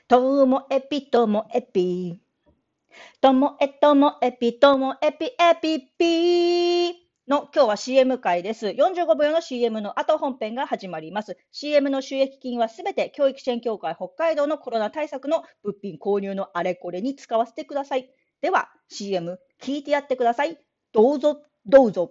ともえぴともえぴ。ともえともえぴともえぴえぴぴーの今日は CM 回です。45秒の CM の後本編が始まります。CM の収益金はすべて教育支援協会北海道のコロナ対策の物品購入のあれこれに使わせてください。では CM 聞いてやってください。どうぞどうぞ。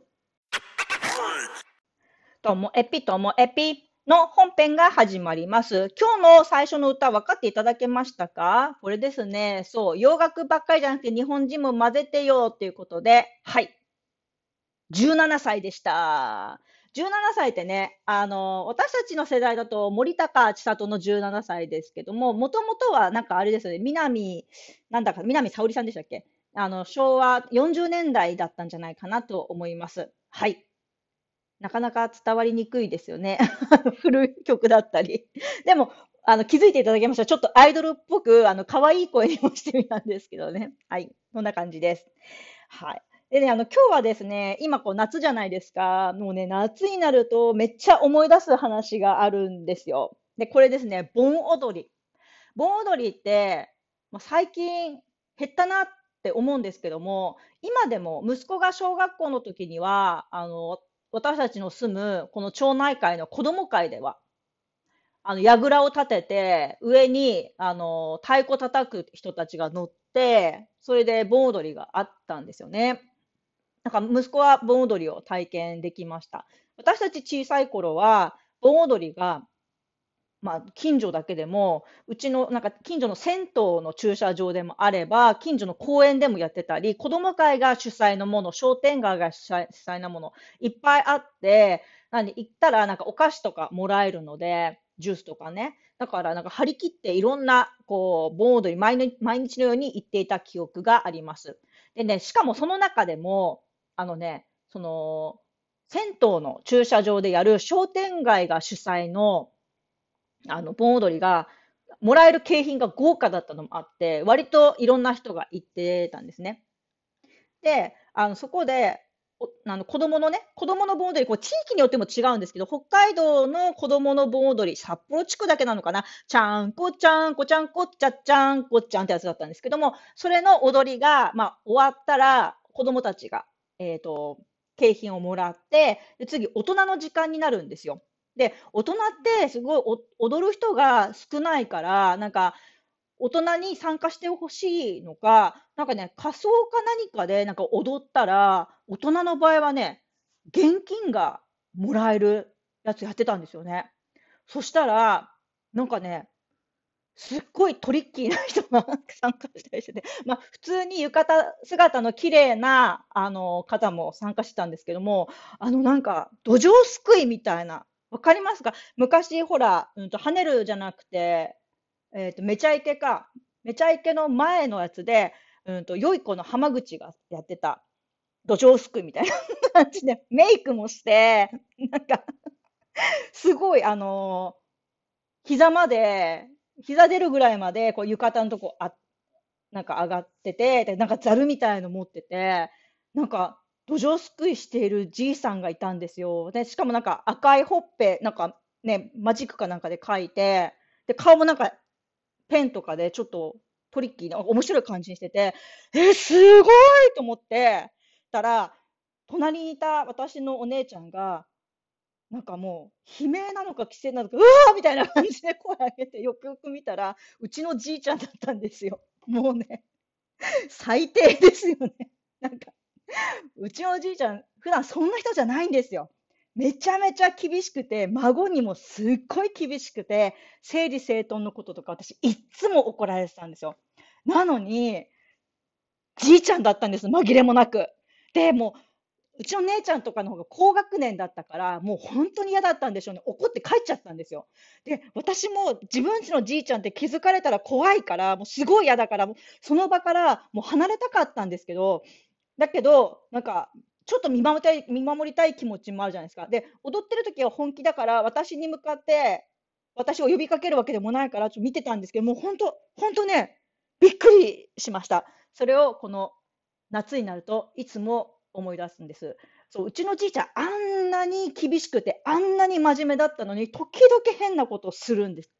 ともエピともエピの本編が始まります。今日の最初の歌分かっていただけましたか？これですね。そう、洋楽ばっかりじゃなくて日本人も混ぜてよっていうことで、はい、17歳でした。17歳ってね、私たちの世代だと森高千里の17歳ですけども、もともとはなんかあれですよね、なんだか、南沙織さんでしたっけ？昭和40年代だったんじゃないかなと思います。はい。なかなか伝わりにくいですよね。古い曲だったり。でも、気づいていただけました。ちょっとアイドルっぽく、可愛い声にもしてみたんですけどね。はい。こんな感じです。はい。でね、今日はですね、今こう夏じゃないですか。もうね、夏になるとめっちゃ思い出す話があるんですよ。で、これですね、盆踊り。盆踊りって、まあ、最近減ったなって思うんですけども、今でも息子が小学校の時には、私たちの住むこの町内会の子ども会では、櫓を立てて、上に、太鼓叩く人たちが乗って、それで盆踊りがあったんですよね。なんか息子は盆踊りを体験できました。私たち小さい頃は、盆踊りがまあ、近所だけでも、うちの、なんか近所の銭湯の駐車場でもあれば、近所の公園でもやってたり、子ども会が主催のもの、商店街が主催なもの、いっぱいあって、行ったらなんかお菓子とかもらえるので、ジュースとかね。だからなんか張り切っていろんな、こう、盆踊り毎日のように行っていた記憶があります。でね、しかもその中でも、銭湯の駐車場でやる商店街が主催の盆踊りが、もらえる景品が豪華だったのもあって、割といろんな人が行ってたんですね。で、そこで、子供の盆踊り、こう地域によっても違うんですけど、北海道の子供の盆踊り、札幌地区だけなのかな、ちゃんこちゃんこちゃんこっちゃっちゃんこっちゃんってやつだったんですけども、それの踊りが、まあ、終わったら、子供たちが、景品をもらって、で次、大人の時間になるんですよ。で、大人ってすごい踊る人が少ないから、なんか、大人に参加してほしいのか、なんかね、仮装か何かでなんか踊ったら、大人の場合はね、現金がもらえるやつやってたんですよね。そしたら、なんかね、すっごいトリッキーな人が参加したりしてて、まあ、普通に浴衣姿の綺麗な、方も参加してたんですけども、なんか、土壌すくいみたいな、わかりますか？昔、ほら、跳ねるじゃなくて、めちゃイケか。めちゃイケの前のやつで、良い子の浜口がやってた、土壌すくいみたいな感じで、メイクもして、なんか、すごい、膝まで、膝出るぐらいまで、こう、浴衣のとこなんか上がってて、で、なんかザルみたいの持ってて、なんか、土壌すくいしているじいさんがいたんですよ。で、しかもなんか赤いほっぺ、なんかね、マジックかなんかで描いて、で、顔もなんかペンとかでちょっとトリッキーな、面白い感じにしてて、すごいと思って、たら、隣にいた私のお姉ちゃんが、なんかもう、悲鳴なのか、奇声なのか、うわーみたいな感じで声上げて、よくよく見たら、うちのじいちゃんだったんですよ。もうね、最低ですよね。なんか、うちのおじいちゃん、普段そんな人じゃないんですよ。めちゃめちゃ厳しくて、孫にもすっごい厳しくて、整理整頓のこととか私いっつも怒られてたんですよ。なのに、じいちゃんだったんです、紛れもなく。で、もう、うちの姉ちゃんとかの方が高学年だったから、もう本当に嫌だったんでしょうね。怒って帰っちゃったんですよ。で、私も自分家のじいちゃんって気づかれたら怖いから、もうすごい嫌だから、もうその場からもう離れたかったんですけど、だけど、なんか、ちょっと見守りたい気持ちもあるじゃないですか。で、踊ってる時は本気だから、私に向かって、私を呼びかけるわけでもないから、ちょっと見てたんですけど、もう本当ね、びっくりしました。それをこの夏になるといつも思い出すんです。そう、うちのじいちゃん、あんなに厳しくて、あんなに真面目だったのに、時々変なことをするんです。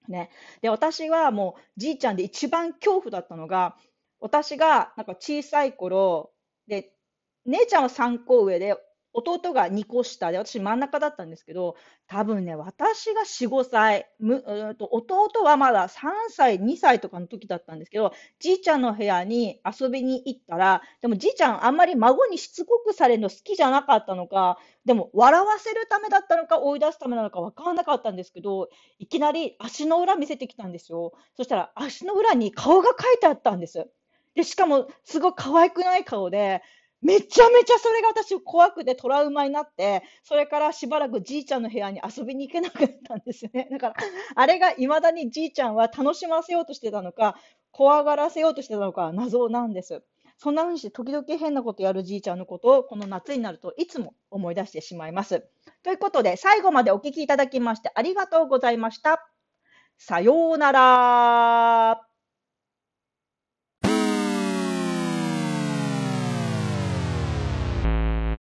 ね。で、私はもうじいちゃんで一番恐怖だったのが、私がなんか小さい頃、で、姉ちゃんは3個上で、弟が2個下で、私真ん中だったんですけど、多分ね、私が4、5歳、弟はまだ3歳、2歳とかの時だったんですけど、じいちゃんの部屋に遊びに行ったら、でもじいちゃんあんまり孫にしつこくされるの好きじゃなかったのか、でも笑わせるためだったのか追い出すためなのか分からなかったんですけど、いきなり足の裏見せてきたんですよ。そしたら足の裏に顔が描いてあったんです。で、しかもすごい可愛くない顔で、めちゃめちゃそれが私怖くてトラウマになって、それからしばらくじいちゃんの部屋に遊びに行けなくなったんですよね。だから、あれが未だにじいちゃんは楽しませようとしてたのか、怖がらせようとしてたのか謎なんです。そんな風にして時々変なことやるじいちゃんのことをこの夏になるといつも思い出してしまいます。ということで、最後までお聞きいただきましてありがとうございました。さようなら。